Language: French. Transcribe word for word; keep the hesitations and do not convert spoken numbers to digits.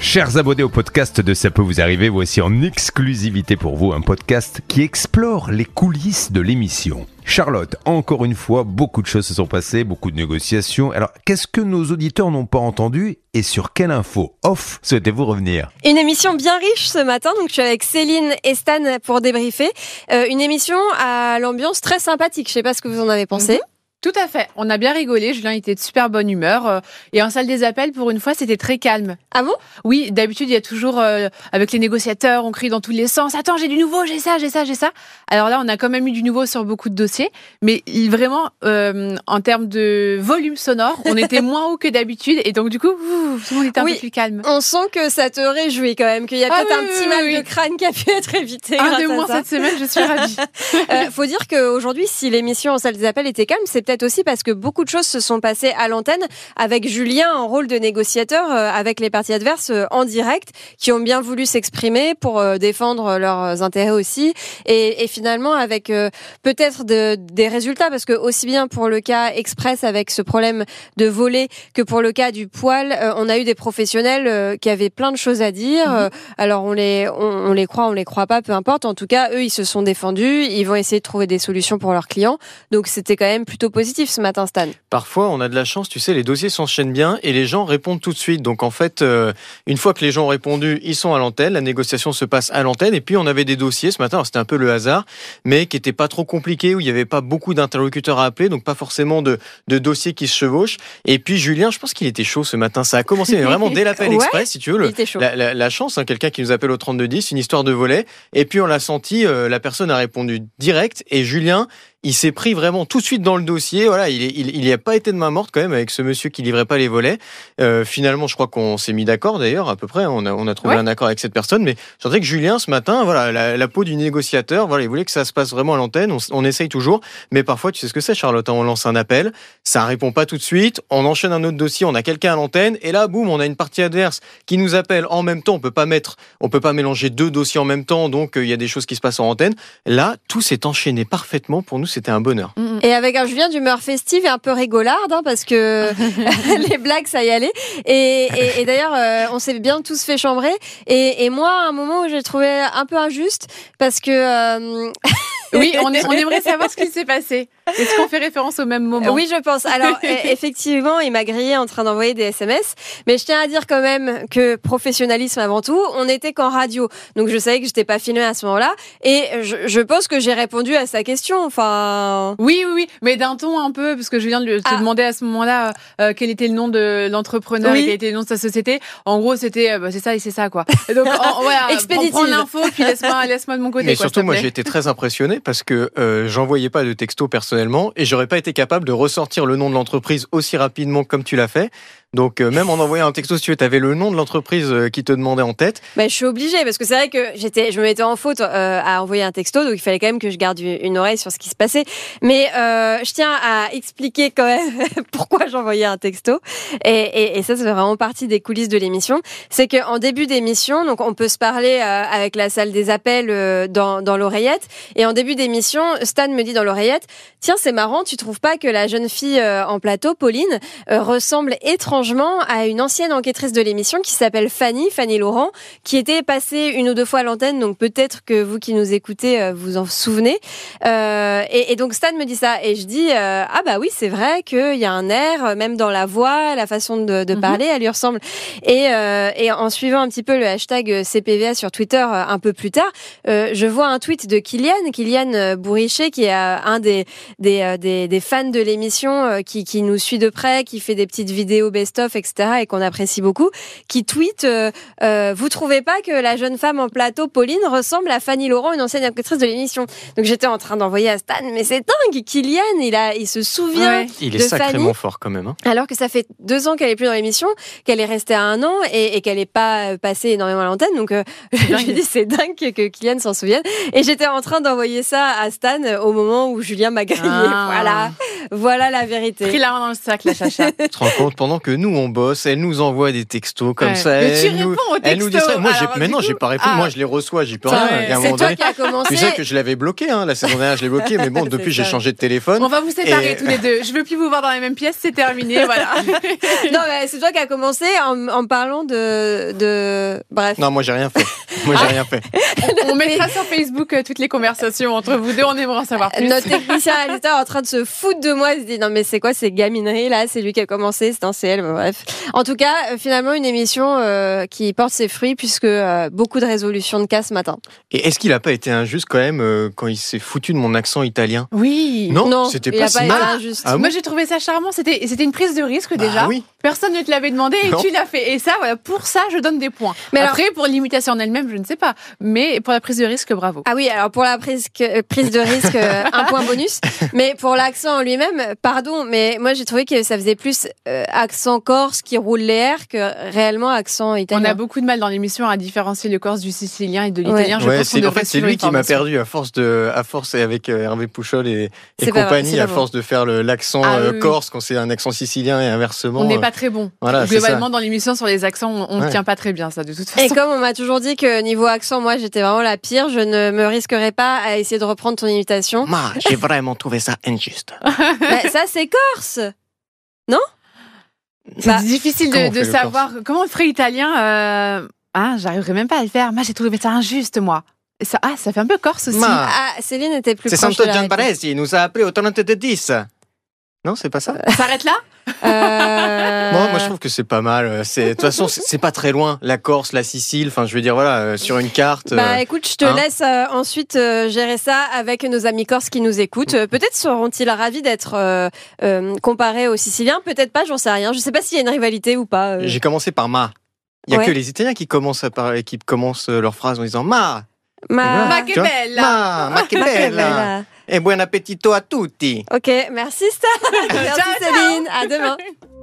Chers abonnés au podcast de Ça peut vous arriver, voici en exclusivité pour vous un podcast qui explore les coulisses de l'émission. Charlotte, encore une fois, beaucoup de choses se sont passées, beaucoup de négociations. Alors, qu'est-ce que nos auditeurs n'ont pas entendu et sur quelle info off souhaitez-vous revenir ? Une émission bien riche ce matin, donc je suis avec Céline et Stan pour débriefer. Euh, une émission à l'ambiance très sympathique, je ne sais pas ce que vous en avez pensé. Mm-hmm. Tout à fait, on a bien rigolé, Julien était de super bonne humeur euh, et en salle des appels pour une fois c'était très calme. Ah bon ? Oui, d'habitude il y a toujours euh, avec les négociateurs, on crie dans tous les sens, attends j'ai du nouveau, j'ai ça, j'ai ça, j'ai ça. Alors là on a quand même eu du nouveau sur beaucoup de dossiers, mais il, vraiment euh, en termes de volume sonore, on était moins haut que d'habitude et donc du coup ouf, tout le monde était un oui, peu plus calme. On sent que ça te réjouit quand même, qu'il y a ah, peut-être oui, un petit oui, mal oui. de crâne qui a pu être évité. Un de à moins ça. cette semaine, je suis ravie. euh, faut dire qu'aujourd'hui si l'émission en salle des appels était calme, c'est peut-être aussi parce que beaucoup de choses se sont passées à l'antenne avec Julien en rôle de négociateur euh, avec les parties adverses euh, en direct qui ont bien voulu s'exprimer pour euh, défendre leurs intérêts aussi et, et finalement avec euh, peut-être de, des résultats parce que aussi bien pour le cas Express avec ce problème de volet que pour le cas du poil euh, on a eu des professionnels euh, qui avaient plein de choses à dire. Mmh. Alors on les, on, on les croit, on les croit pas, peu importe. En tout cas eux ils se sont défendus, ils vont essayer de trouver des solutions pour leurs clients donc c'était quand même plutôt positif ce matin Stan. Parfois, on a de la chance, tu sais, les dossiers s'enchaînent bien et les gens répondent tout de suite. Donc, en fait, euh, une fois que les gens ont répondu, ils sont à l'antenne, la négociation se passe à l'antenne. Et puis, on avait des dossiers ce matin, alors c'était un peu le hasard, mais qui n'étaient pas trop compliqués, où il n'y avait pas beaucoup d'interlocuteurs à appeler, donc pas forcément de, de dossiers qui se chevauchent. Et puis, Julien, je pense qu'il était chaud ce matin. Ça a commencé mais vraiment dès l'appel ouais, express, si tu veux. Le, il était chaud. La, la, la chance, hein, quelqu'un qui nous appelle au trente-deux dix, une histoire de volet. Et puis, on l'a senti, euh, la personne a répondu direct. Et Julien, il s'est pris vraiment tout de suite dans le dossier. Voilà, il il, il y a pas été de main morte quand même avec ce monsieur qui livrait pas les volets. Euh, finalement, je crois qu'on s'est mis d'accord d'ailleurs à peu près. On a on a trouvé ouais. un accord avec cette personne. Mais je sentais que Julien ce matin, voilà, la, la peau du négociateur. Voilà, il voulait que ça se passe vraiment à l'antenne. On, on essaye toujours, mais parfois, tu sais ce que c'est, Charlotte. On lance un appel, ça répond pas tout de suite. On enchaîne un autre dossier, on a quelqu'un à l'antenne, et là, boum, on a une partie adverse qui nous appelle en même temps. On peut pas mettre, on peut pas mélanger deux dossiers en même temps. Donc, il euh, y a des choses qui se passent en antenne. Là, tout s'est enchaîné parfaitement. Pour nous, c'était un bonheur. Et avec un Julien d'humeur festive et un peu rigolarde, hein, parce que les blagues, ça y allait. Et, et, et d'ailleurs, euh, on s'est bien tous fait chambrer. Et, et moi, à un moment où j'ai trouvé un peu injuste, parce que... Euh... oui, on, est, on aimerait savoir ce qui s'est passé. Est-ce qu'on fait référence au même moment ? Oui, je pense. Alors, effectivement, il m'a grillé en train d'envoyer des S M S. Mais je tiens à dire quand même que professionnalisme avant tout, on n'était qu'en radio. Donc, je savais que je n'étais pas filmée à ce moment-là. Et je, je pense que j'ai répondu à sa question. Enfin... Oui, oui, oui. Mais d'un ton un peu, parce que je viens de te ah. demander à ce moment-là euh, quel était le nom de l'entrepreneur oui. et quel était le nom de sa société. En gros, c'était euh, bah, c'est ça et c'est ça, quoi. Et donc, en, voilà, on prend l'info, puis laisse-moi, laisse-moi de mon côté. Mais quoi, surtout, moi, j'ai été très impressionné parce que euh, j'envoyais pas de texto personnellement et j'aurais pas été capable de ressortir le nom de l'entreprise aussi rapidement comme tu l'as fait. Donc, euh, même en envoyant un texto, si tu veux, t'avais le nom de l'entreprise euh, qui te demandait en tête. Bah, je suis obligée, parce que c'est vrai que j'étais, je me mettais en faute euh, à envoyer un texto, donc il fallait quand même que je garde une oreille sur ce qui se passait. Mais euh, je tiens à expliquer quand même pourquoi j'envoyais un texto. Et, et, et ça, c'est vraiment partie des coulisses de l'émission. C'est qu'en début d'émission, donc on peut se parler euh, avec la salle des appels euh, dans, dans l'oreillette. Et en début d'émission, Stan me dit dans l'oreillette, tiens, c'est marrant, tu trouves pas que la jeune fille euh, en plateau, Pauline, euh, ressemble étrangement à une ancienne enquêtrice de l'émission qui s'appelle Fanny, Fanny Laurent, qui était passée une ou deux fois à l'antenne, donc peut-être que vous qui nous écoutez, euh, vous en souvenez. Euh, et, et donc Stan me dit ça, et je dis, euh, ah bah oui, c'est vrai qu'il y a un air, même dans la voix, la façon de, de parler, mm-hmm. elle lui ressemble. Et, euh, et en suivant un petit peu le hashtag C P V A sur Twitter euh, un peu plus tard, euh, je vois un tweet de Kylian, Kylian Bourricher, qui est euh, un des, des, euh, des, des fans de l'émission, euh, qui, qui nous suit de près, qui fait des petites vidéos best-of, et cetera, et qu'on apprécie beaucoup, qui tweet euh, euh, vous trouvez pas que la jeune femme en plateau, Pauline, ressemble à Fanny Laurent, une ancienne enquêtrice de l'émission? Donc j'étais en train d'envoyer à Stan, mais c'est dingue, Kylian, il a, il se souvient ouais. il est de sacrément Fanny, fort quand même. Hein. Alors que ça fait deux ans qu'elle est plus dans l'émission, qu'elle est restée à un an et, et qu'elle est pas passée énormément à l'antenne. Donc euh, je lui dis c'est dingue que, que Kylian s'en souvienne. Et j'étais en train d'envoyer ça à Stan au moment où Julien m'a grillé. Ah. Voilà. Voilà la vérité. Pris la main dans le sac, la chacha. Tu te rends compte, pendant que nous on bosse, elle nous envoie des textos comme Ouais. ça. Mais tu elle nous, réponds aux elle nous dit textos. ça. Moi, j'ai, Alors, mais du non, coup- j'ai pas répondu. Ah. Moi, je les reçois, j'y peux Ça, rien. ouais. Et à un C'est moment toi donné, qui as commencé. tu sais que je l'avais bloqué, hein, la saison dernière, je l'ai bloqué, mais bon, C'est depuis, j'ai ça. changé de téléphone. On va vous séparer Et- tous les deux. Je veux plus vous voir dans la même pièce, c'est terminé, voilà. Non, mais c'est toi qui as commencé en, en parlant de, de... Bref. Non, moi, j'ai rien fait. Moi, j'ai rien fait. On mettra sur Facebook euh, toutes les conversations entre vous deux, on aimerait en savoir plus. Notre technicien réalisateur est en train de se foutre de moi. Il se dit non mais c'est quoi ces gamineries là? C'est lui qui a commencé, c'est un C L. Bon, bref. En tout cas, euh, finalement une émission euh, qui porte ses fruits puisque euh, beaucoup de résolutions de cas ce matin. Et est-ce qu'il a pas été injuste quand même euh, quand il s'est foutu de mon accent italien? Oui. Non, c'était il pas a si pas mal. été injuste. Ah bon? Moi j'ai trouvé ça charmant, c'était c'était une prise de risque Bah déjà. oui. Personne ne te l'avait demandé et Non. tu l'as fait. Et ça, voilà, pour ça, je donne des points. Mais alors- Après, pour l'imitation en elle-même, je ne sais pas. Mais pour la prise de risque, bravo. Ah oui, alors pour la prise, que- prise de risque, euh, un point bonus. Mais pour l'accent en lui-même, pardon, mais moi j'ai trouvé que ça faisait plus euh, accent corse qui roule les R que réellement accent On italien. a beaucoup de mal dans l'émission à différencier le corse du sicilien et de l'italien. Je Ouais, pense qu'on c'est, en devrait fait, c'est suivre lui qui m'a l'information. perdu à force de, à force et avec euh, Hervé Pouchol et, et C'est pas vrai, compagnie, c'est pas à vrai. force de faire le, l'accent Ah, euh, oui, oui. corse quand c'est un accent sicilien et inversement. On n'est euh, pas très bon. Voilà, c'est Globalement, ça. dans l'émission sur les accents, on ne Ouais. tient pas très bien ça, de toute Et façon. comme on m'a toujours dit que niveau accent, moi j'étais vraiment la pire, je ne me risquerais pas à essayer de reprendre ton imitation. Ma, j'ai vraiment trouvé ça injuste. Bah, ça c'est corse. C'est Bah, difficile comment de, on de fait le savoir comment on ferait italien. Euh... Ah, j'arriverais même pas à le faire. Moi, j'ai trouvé ça injuste, moi. Et ça, ah, ça fait un peu corse aussi. Ma. Ah, Céline était plus C'est proche Santo de la réponse. Gianparesi, il nous a appelé au trente de dix. Non, c'est pas ça? Ça s'arrête là. Euh... Moi, moi, je trouve que c'est pas mal. C'est, de toute façon, c'est, c'est pas très loin. La Corse, la Sicile. Enfin, je veux dire, voilà, euh, sur une carte. Bah euh, écoute, je te hein laisse euh, ensuite euh, gérer ça avec nos amis corses qui nous écoutent. Euh, peut-être seront-ils ravis d'être euh, euh, comparés aux Siciliens, peut-être pas, j'en sais rien. Je sais pas s'il y a une rivalité ou pas. euh. J'ai commencé par ma. Il y a Ouais. que les Italiens qui commencent à parler, qui commencent leur phrase en disant ma. Ma... Ma che Tu vois bella. Ma, ma che Ma che bella. bella. E buon appetito a tutti. Ok, merci Star. Merci Ciao, ciao. Céline. À demain.